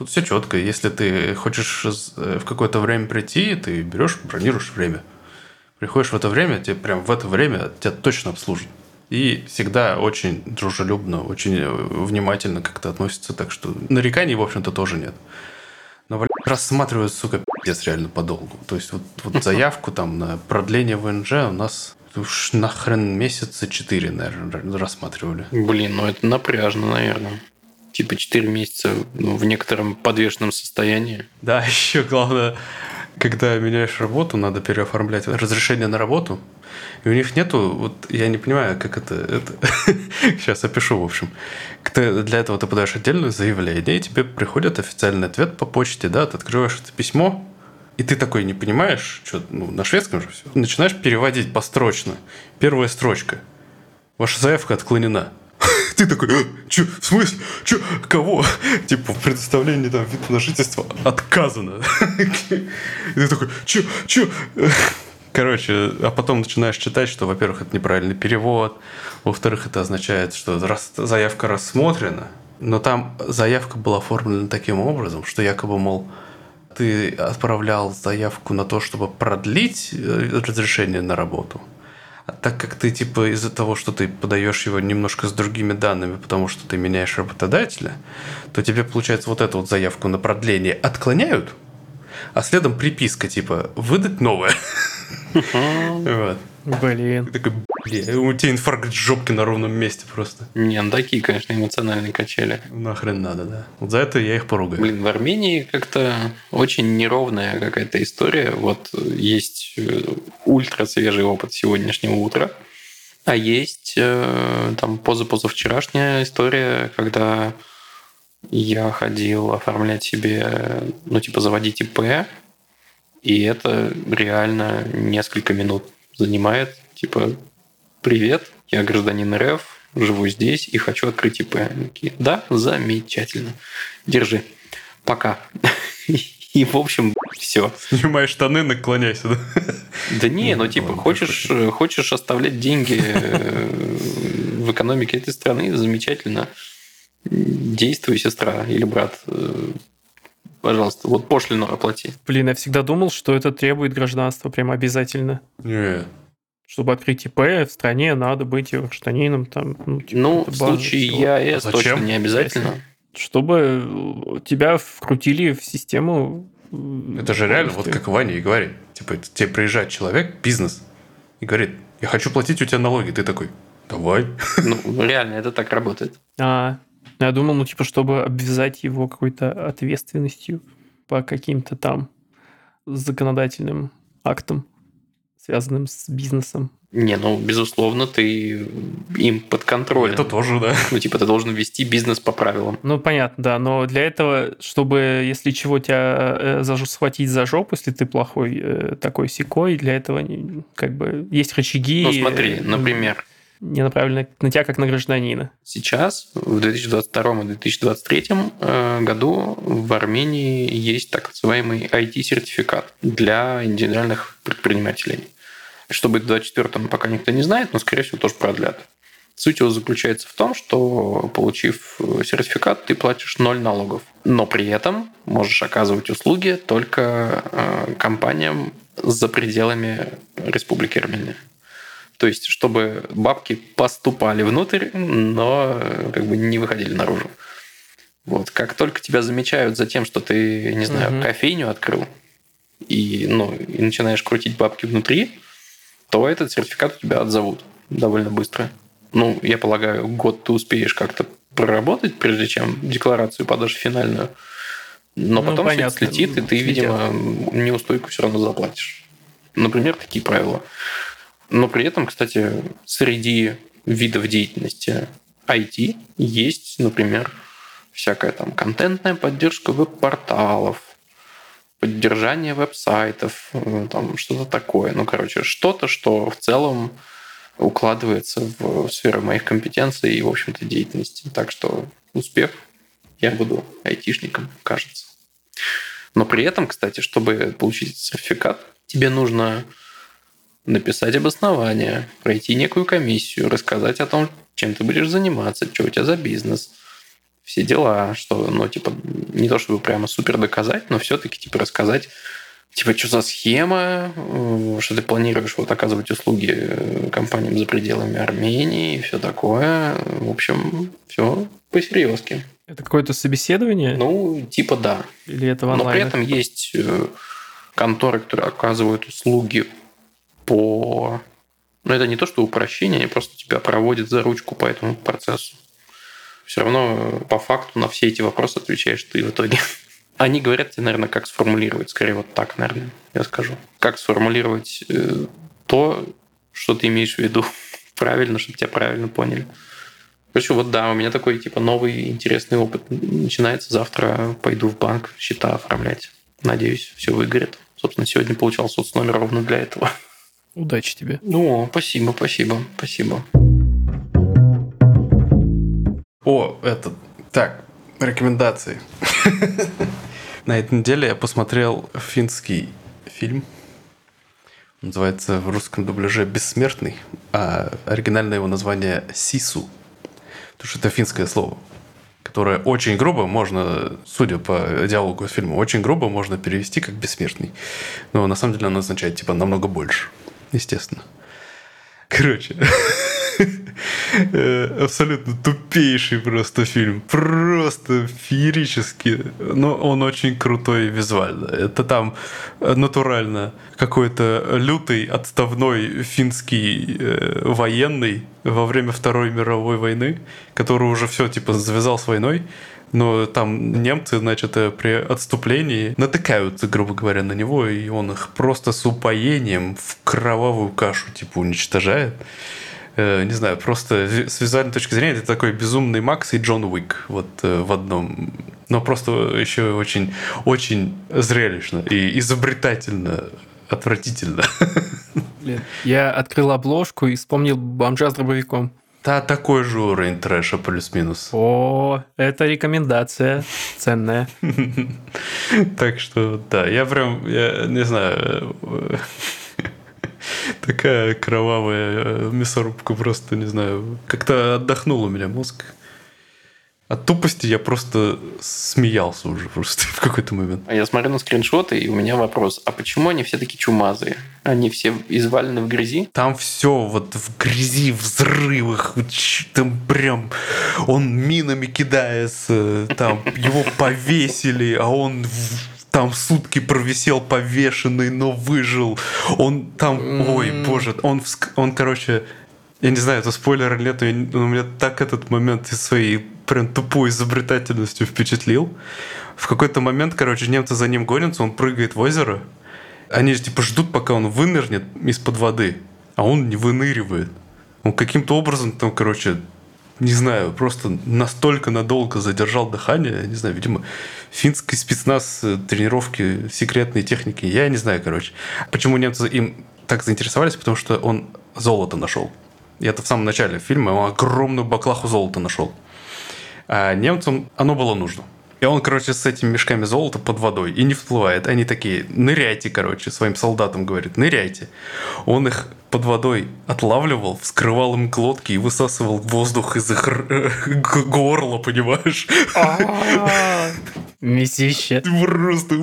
Тут все четко. Если ты хочешь в какое-то время прийти, ты берешь, бронируешь время. Приходишь в это время, тебе прям в это время тебя точно обслужат. И всегда очень дружелюбно, очень внимательно как-то относятся, так что нареканий, в общем-то, тоже нет. Но, блядь, рассматривают, сука, пиздец реально подолгу. То есть вот, вот заявку там на продление ВНЖ у нас уж нахрен месяца четыре, наверное, рассматривали. Блин, ну это напряжно, наверное. Типа четыре месяца ну, в некотором подвешенном состоянии. Да, еще главное, когда меняешь работу, надо переоформлять разрешение на работу. И у них нету, вот я не понимаю, как это, это сейчас опишу, в общем. Ты, для этого ты подаешь отдельное заявление, и тебе приходит официальный ответ по почте, да, ты открываешь это письмо, и ты такой не понимаешь, что, ну, на шведском же все. Начинаешь переводить построчно. Первая строчка. Ваша заявка отклонена. Ты такой, что, в смысле? Что, кого? Типа, в предоставлении там вида на жительство отказано. И ты такой, что, что? Короче, а потом начинаешь читать, что, во-первых, это неправильный перевод, во-вторых, это означает, что заявка рассмотрена, но там заявка была оформлена таким образом, что якобы, мол, ты отправлял заявку на то, чтобы продлить разрешение на работу, а так как ты, типа, из-за того, что ты подаешь его немножко с другими данными, потому что ты меняешь работодателя, то тебе, получается, вот эту вот заявку на продление отклоняют, а следом приписка, типа, выдать новое. Вот. Блин. Ты такой, бля, у тебя инфаркт жопки на ровном месте просто. Не, ну такие, конечно, эмоциональные качели. Нахрен надо, да. Вот за это я их поругаю. Блин, в Армении как-то очень неровная какая-то история. Вот есть ультра свежий опыт сегодняшнего утра, а есть там позапозавчерашняя история, когда я ходил оформлять себе, ну, типа, заводить ИП, и это реально несколько минут занимает. Типа, привет, я гражданин РФ, живу здесь и хочу открыть ИП. Такие, да, замечательно. Держи. Пока. И, в общем, все. Снимай штаны, наклоняйся, да? Да не, ну, типа, хочешь, хочешь оставлять деньги в экономике этой страны, замечательно. Действуй, сестра или брат. Пожалуйста, вот пошлину оплати. Блин, я всегда думал, что это требует гражданства прям обязательно. Нет. Чтобы открыть ИП в стране, надо быть гражданином. Там, ну, типа, ну в случае ЕАЭС а точно не обязательно. Чтобы тебя вкрутили в систему. Это же реально, вот как Ваня и говорит. Типа, тебе приезжает человек, бизнес, и говорит, я хочу платить у тебя налоги. Ты такой, давай. Ну, реально, это так работает. А, я думал, ну, типа, чтобы обвязать его какой-то ответственностью по каким-то там законодательным актам, связанным с бизнесом. Не, ну, безусловно, ты им подконтролен. Это тоже, да. Ну, типа, ты должен вести бизнес по правилам. Ну, понятно, да, но для этого, чтобы, если чего, тебя э, за, схватить за жопу, если ты плохой э, такой сикой, для этого как бы есть рычаги. Ну, смотри, э, например, не направлены на тебя как на гражданина. сейчас, в две тысячи двадцать втором и две тысячи двадцать третьем году в Армении есть так называемый ай ти-сертификат для индивидуальных предпринимателей. Что будет в двадцать четвёртом, пока никто не знает, но, скорее всего, тоже продлят. Суть его заключается в том, что, получив сертификат, ты платишь ноль налогов. Но при этом можешь оказывать услуги только компаниям за пределами Республики Армения. То есть, чтобы бабки поступали внутрь, но как бы не выходили наружу. Вот. Как только тебя замечают за тем, что ты, не знаю, угу. кофейню открыл, и, ну, и начинаешь крутить бабки внутри, то этот сертификат у тебя отзовут довольно быстро. Ну, я полагаю, год ты успеешь как-то проработать, прежде чем декларацию подашь финальную. Но потом ну, все это слетит, и ты, слетят. Видимо, неустойку все равно заплатишь. Например, такие правила. Но при этом, кстати, среди видов деятельности ай ти есть, например, всякая там контентная поддержка веб-порталов, поддержание веб-сайтов, там что-то такое. Ну, короче, что-то, что в целом укладывается в сферу моих компетенций и, в общем-то, деятельности. Так что успех, я буду айтишником, кажется. Но при этом, кстати, чтобы получить сертификат, тебе нужно написать обоснование, пройти некую комиссию, рассказать о том, чем ты будешь заниматься, что у тебя за бизнес. все дела, что, ну, типа, не то чтобы прямо супер доказать, но все-таки, типа, рассказать, типа, что за схема, что ты планируешь вот оказывать услуги компаниям за пределами Армении и все такое. В общем, все по-серьезки. Это какое-то собеседование? Ну, типа да. Или это в онлайне? Но при этом есть конторы, которые оказывают услуги по... Ну, это не то, что упрощение, они просто тебя проводят за ручку по этому процессу. Все равно по факту на все эти вопросы отвечаешь ты в итоге. Они говорят тебе, наверное, как сформулировать. Скорее вот так, наверное, я скажу. Как сформулировать э, то, что ты имеешь в виду правильно, чтобы тебя правильно поняли. Короче, вот да, у меня такой типа новый интересный опыт начинается. Завтра пойду в банк счета оформлять. Надеюсь, все выгорит. Собственно, сегодня получал соцномер ровно для этого. Удачи тебе. Ну, спасибо, спасибо, спасибо. О, это... Так, рекомендации. На этой неделе я посмотрел финский фильм. Называется в русском дубляже «Бессмертный», а оригинальное его название «Сису». Потому что это финское слово, которое очень грубо можно, судя по диалогу фильма, очень грубо можно перевести как «бессмертный». Но на самом деле оно означает типа намного больше, естественно. Короче... Абсолютно тупейший просто фильм. Просто феерический. Но он очень крутой визуально. Это там натурально какой-то лютый отставной финский э, военный во время Второй мировой войны, который уже все типа завязал с войной. Но там немцы, значит, при отступлении натыкаются, грубо говоря, на него, и он их просто с упоением в кровавую кашу типа уничтожает. Не знаю, просто с визуальной точки зрения это такой безумный Макс и Джон Уик вот в одном. Но просто еще очень, очень зрелищно и изобретательно, отвратительно. Блин, я открыл обложку и вспомнил «Бомжа с дробовиком». Да, такой же уровень трэша плюс-минус. О, это рекомендация ценная. Так что, да, я прям, я не знаю... Такая кровавая мясорубка, просто, не знаю, как-то отдохнул у меня мозг. От тупости я просто смеялся уже просто в какой-то момент. А я смотрю на скриншоты, и у меня вопрос. А почему они все такие чумазые? Они все извалены в грязи? Там все вот в грязи, взрывах, там прям он минами кидается, там его повесили, а он... Там сутки провисел повешенный, но выжил. Он там... Ой, боже. Он, он короче... Я не знаю, это спойлер или нет, но меня так этот момент своей прям тупой изобретательностью впечатлил. В какой-то момент, короче, немцы за ним гонятся, он прыгает в озеро. Они же типа ждут, пока он вынырнет из-под воды. А он не выныривает. Он каким-то образом там, короче... Не знаю, просто настолько надолго задержал дыхание. Не знаю, видимо, финский спецназ, тренировки, секретные техники. Я не знаю, короче. Почему немцы им так заинтересовались? Потому что он золото нашел. И это в самом начале фильма. Он огромную баклаху золота нашел. А немцам оно было нужно. И он, короче, с этими мешками золота под водой и не всплывает. Они такие, ныряйте, короче, своим солдатам говорит, ныряйте. Он их под водой отлавливал, вскрывал им глотки и высасывал воздух из их горла, понимаешь? Месище. Просто...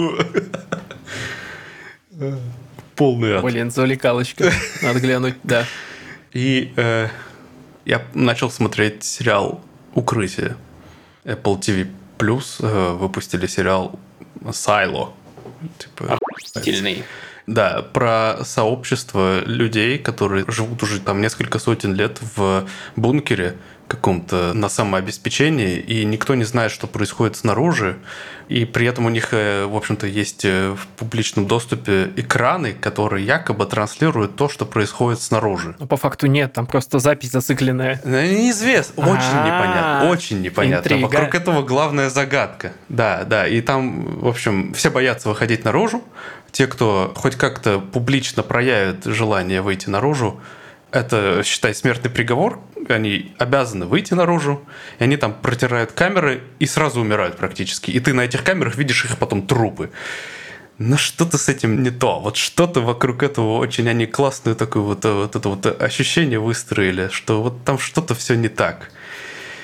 Полный ад. Блин, завлекалочка. Надо глянуть, да. И э, я начал смотреть сериал «Укрытие». Apple ти ви Плюс э, выпустили сериал «Сайло». Типа, охуительный. Да, про сообщество людей, которые живут уже там несколько сотен лет в бункере каком-то на самообеспечении, и никто не знает, что происходит снаружи, и при этом у них, в общем-то, есть в публичном доступе экраны, которые якобы транслируют то, что происходит снаружи. Но по факту нет, там просто запись зацикленная. Неизвестно, очень непонятно, очень непонятно. Вокруг этого главная загадка. Да, да, и там, в общем, все боятся выходить наружу. Те, кто хоть как-то публично проявит желание выйти наружу, это, считай, смертный приговор. Они обязаны выйти наружу, и они там протирают камеры и сразу умирают практически. И ты на этих камерах видишь их потом трупы. Но что-то с этим не то. Вот что-то вокруг этого очень они классное такое вот, вот это вот ощущение выстроили, что вот там что-то все не так.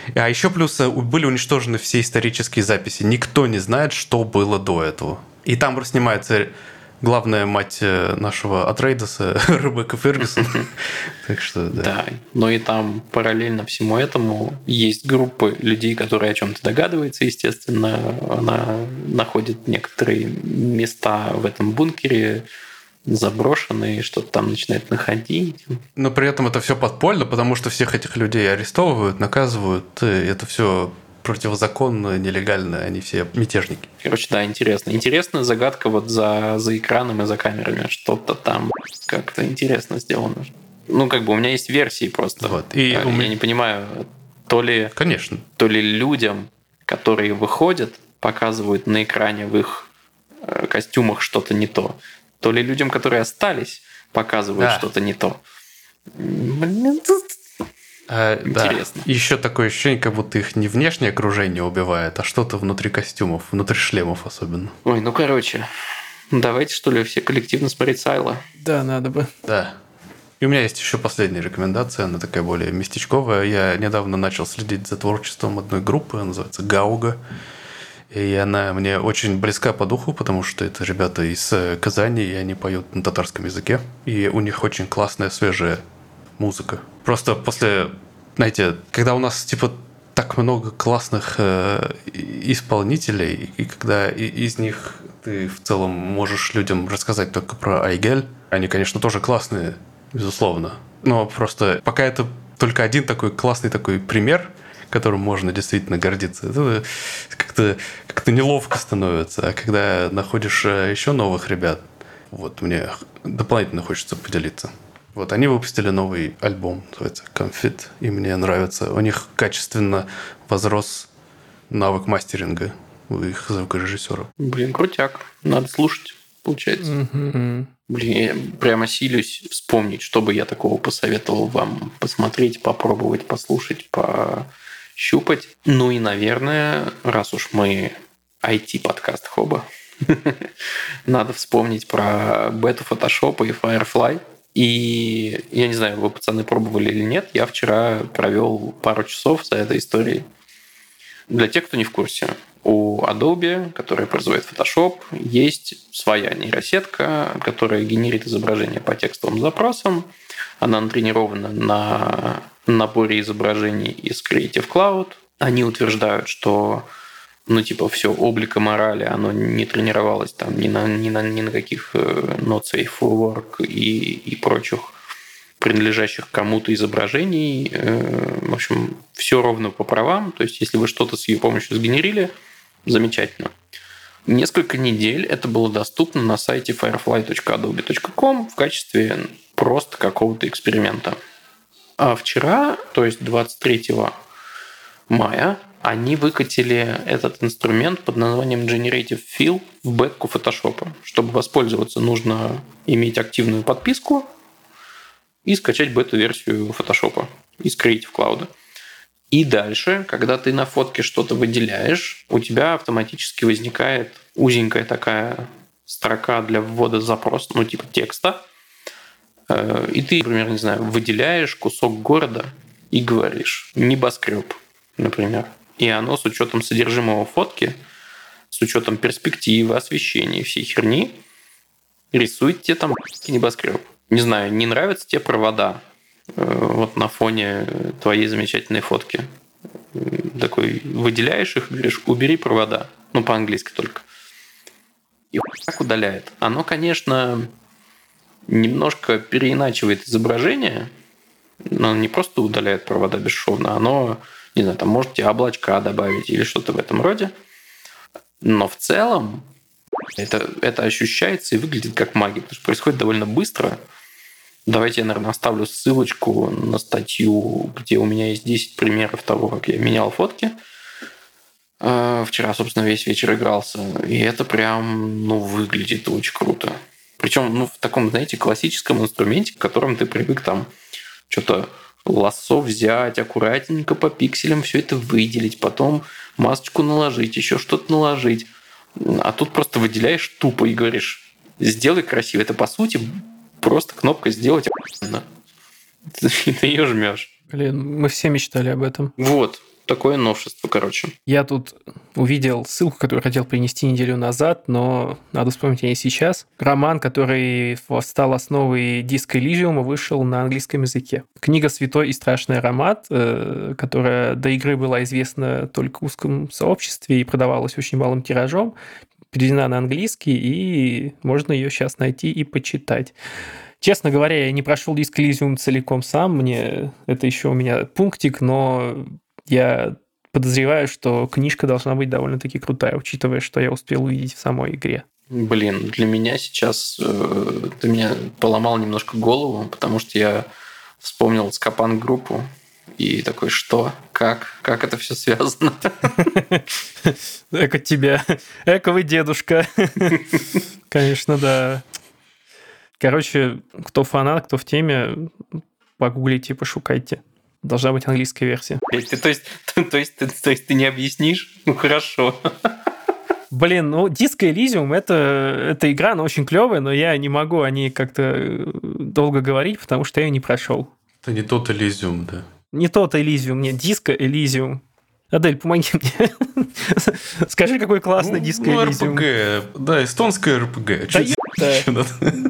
А еще плюс были уничтожены все исторические записи. Никто не знает, что было до этого. И там снимается главная мать нашего Атрейдеса, Ребекка Фергюсон. Так что, да. Да, но и там параллельно всему этому есть группы людей, которые о чем-то догадываются, естественно. Она находит некоторые места в этом бункере, заброшенные, что-то там начинает находить. Но при этом это все подпольно, потому что всех этих людей арестовывают, наказывают. И это все противозаконно, нелегально, они все мятежники. Короче, да, интересно. Интересная загадка вот за, за экраном и за камерами. Что-то там как-то интересно сделано. Ну, как бы у меня есть версии просто. Вот. И я меня... не понимаю, то ли, Конечно. то ли людям, которые выходят, показывают на экране в их костюмах что-то не то, то ли людям, которые остались, показывают да. что-то не то. Блин, тут а, интересно. Да. Еще такое ощущение, как будто их не внешнее окружение убивает, а что-то внутри костюмов, внутри шлемов особенно. Ой, ну короче, давайте что ли все коллективно смотреть Сайло. Да, надо бы. Да. И у меня есть еще последняя рекомендация, она такая более местечковая. Я недавно начал следить за творчеством одной группы, она называется Гауга. И она мне очень близка по духу, потому что это ребята из Казани, и они поют на татарском языке. И у них очень классная, свежая музыка. Просто после, знаете, когда у нас типа так много классных э, исполнителей, и когда из них ты в целом можешь людям рассказать только про Айгель, они, конечно, тоже классные, безусловно. Но просто пока это только один такой классный такой пример, которым можно действительно гордиться, это как-то, как-то неловко становится. А когда находишь еще новых ребят, вот мне дополнительно хочется поделиться. Вот они выпустили новый альбом, называется Comfit, и мне нравится. У них качественно возрос навык мастеринга у их звукорежиссеров. Блин, крутяк. Надо слушать, получается. Mm-hmm. Блин, я прямо силюсь вспомнить, что бы я такого посоветовал вам посмотреть, попробовать, послушать, пощупать. Ну и, наверное, раз уж мы ай ти-подкаст Хоба, надо вспомнить про бету Photoshop и Firefly. И я не знаю, вы, пацаны, пробовали или нет, я вчера провел пару часов за этой историей. Для тех, кто не в курсе, у Adobe, которая производит Photoshop, есть своя нейросетка, которая генерит изображения по текстовым запросам. Она натренирована на наборе изображений из Creative Cloud. Они утверждают, что ну, типа, все облико морали, оно не тренировалось там ни на, ни на, ни на каких not safe for work и, и прочих принадлежащих кому-то изображений. В общем, все ровно по правам. То есть, если вы что-то с ее помощью сгенерили, замечательно. Несколько недель это было доступно на сайте firefly точка adobe точка com в качестве просто какого-то эксперимента. А вчера, то есть двадцать третьего мая, они выкатили этот инструмент под названием Generative Fill в бетку Photoshop. Чтобы воспользоваться, нужно иметь активную подписку и скачать бету-версию Photoshop из Creative Cloud. И дальше, когда ты на фотке что-то выделяешь, у тебя автоматически возникает узенькая такая строка для ввода запроса, ну типа текста. И ты, например, не знаю, выделяешь кусок города и говоришь «небоскреб», например. И оно с учетом содержимого фотки, с учетом перспективы, освещения и всей херни рисует тебе там небоскреб. Не знаю, не нравятся тебе провода вот на фоне твоей замечательной фотки. Такой выделяешь их и говоришь «убери провода». Ну, по-английски только. И так удаляет. Оно, конечно, немножко переиначивает изображение, но не просто удаляет провода бесшовно, оно... Не знаю, там можете облачка добавить или что-то в этом роде. Но в целом это, это ощущается и выглядит как магия, потому что происходит довольно быстро. Давайте я, наверное, оставлю ссылочку на статью, где у меня есть десять примеров того, как я менял фотки. Вчера, собственно, весь вечер игрался. И это прям, ну, выглядит очень круто. Причем, ну, в таком, знаете, классическом инструменте, к которому ты привык там что-то... лассо взять, аккуратненько по пикселям все это выделить, потом масочку наложить, еще что-то наложить. А тут просто выделяешь тупо и говоришь, сделай красиво. Это, по сути, просто кнопка «Сделать охуенно». И ты ее жмешь. Блин, мы все мечтали об этом. Вот. такое новшество, короче. Я тут увидел ссылку, которую хотел принести неделю назад, но надо вспомнить о ней сейчас. Роман, который стал основой Disco Elysium, вышел на английском языке. Книга «Святой и страшный аромат», которая до игры была известна только в узком сообществе и продавалась очень малым тиражом, переведена на английский, и можно ее сейчас найти и почитать. Честно говоря, я не прошел Disco Elysium целиком сам, мне это еще у меня пунктик, но я подозреваю, что книжка должна быть довольно-таки крутая, учитывая, что я успел увидеть в самой игре. Блин, для меня сейчас э, ты меня поломал немножко голову, потому что я вспомнил Скопан-группу и такой, что? Как? Как это все связано? Эко тебя. Эко вы дедушка. Конечно, да. Короче, кто фанат, кто в теме, погуглите, пошукайте. Должна быть английская версия. Ты, то, есть, то, то, есть, то есть ты не объяснишь? Ну, хорошо. Блин, ну, Disco Elysium это, это игра, она очень клевая, но я не могу о ней как-то долго говорить, потому что я ее не прошел. Это не тот Elysium, да? Не тот Elysium, нет, Disco Elysium. Адель, помоги мне. Скажи, какой классный ну, Disco ну, Elysium. эр пи джи, да, эстонская эр пи джи. Да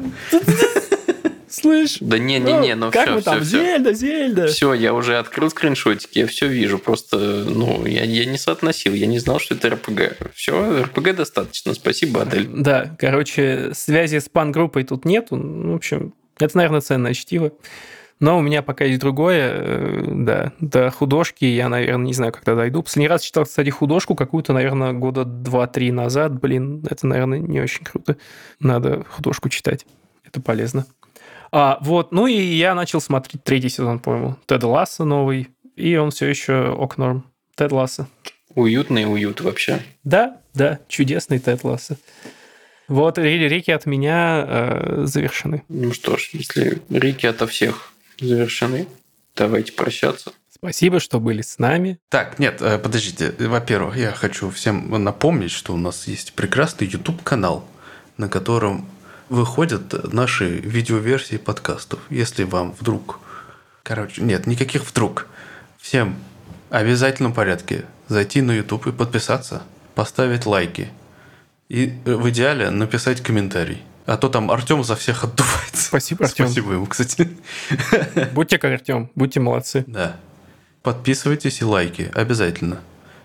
Слышь? Да не-не-не, ну, ну как все, мы там, все, Зельда, Зельда. Все, я уже открыл скриншотики, я все вижу, просто, ну, я, я не соотносил, я не знал, что это эр пи джи. Все, эр пи джи достаточно, спасибо, Адель. Да, короче, связи с пан-группой тут нету, ну, в общем, это, наверное, ценное чтиво. Но у меня пока есть другое, да, до художки я, наверное, не знаю, когда дойду. Последний раз читал, кстати, художку какую-то, наверное, года два-три назад. Блин, это, наверное, не очень круто. Надо художку читать, это полезно. А, вот, ну и я начал смотреть третий сезон, по-моему, Теда Ласса новый, и он все еще ок норм. Тед Ласса. Уютный уют вообще. Да, да, чудесный Тед Ласса. Вот, реки от меня э, завершены. Ну что ж, если реки ото всех завершены, давайте прощаться. Спасибо, что были с нами. Так, нет, подождите. Во-первых, я хочу всем напомнить, что у нас есть прекрасный YouTube-канал, на котором выходят наши видеоверсии подкастов. Если вам вдруг... Короче, нет, никаких вдруг. Всем в обязательном порядке зайти на YouTube и подписаться, поставить лайки. И в идеале написать комментарий. А то там Артем за всех отдувается. Спасибо, Артем. Спасибо ему, кстати. Будьте как Артем, будьте молодцы. Да. Подписывайтесь и лайки, обязательно.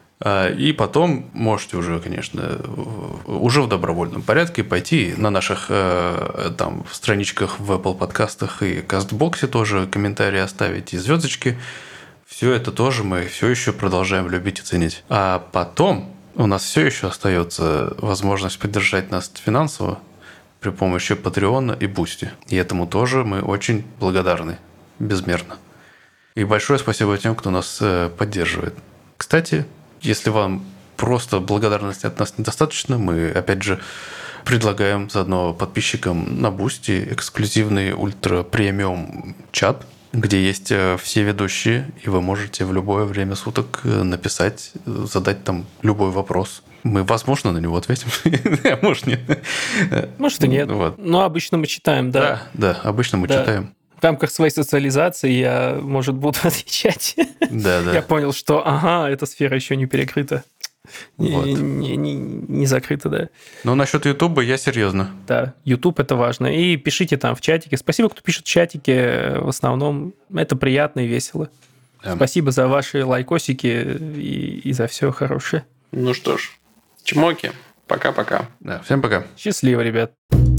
И потом можете уже, конечно, уже в добровольном порядке пойти на наших там страничках в Apple подкастах и Кастбоксе тоже комментарии оставить и звездочки. Все это тоже мы все еще продолжаем любить и ценить. А потом у нас все еще остается возможность поддержать нас финансово при помощи Патреона и Бусти. И этому тоже мы очень благодарны. Безмерно. И большое спасибо тем, кто нас поддерживает. Кстати, если вам просто благодарности от нас недостаточно, мы, опять же, предлагаем заодно подписчикам на Бусти эксклюзивный ультра-премиум чат, где есть все ведущие, и вы можете в любое время суток написать, задать там любой вопрос. Мы, возможно, на него ответим. Может, нет. Может, и нет. Вот. Но обычно мы читаем, да. Да, да, обычно мы да. читаем. В рамках своей социализации я, может, буду отвечать. Да, да. Я понял, что, ага, эта сфера еще не перекрыта. Вот. Не, не, не, не закрыта, да. Но насчет Ютуба я серьезно. Да, Ютуб это важно. И пишите там в чатике. Спасибо, кто пишет в чатике. В основном это приятно и весело. Да. Спасибо за ваши лайкосики и, и за все хорошее. Ну что ж, чмоки. Пока-пока. Да, всем пока. Счастливо, ребят.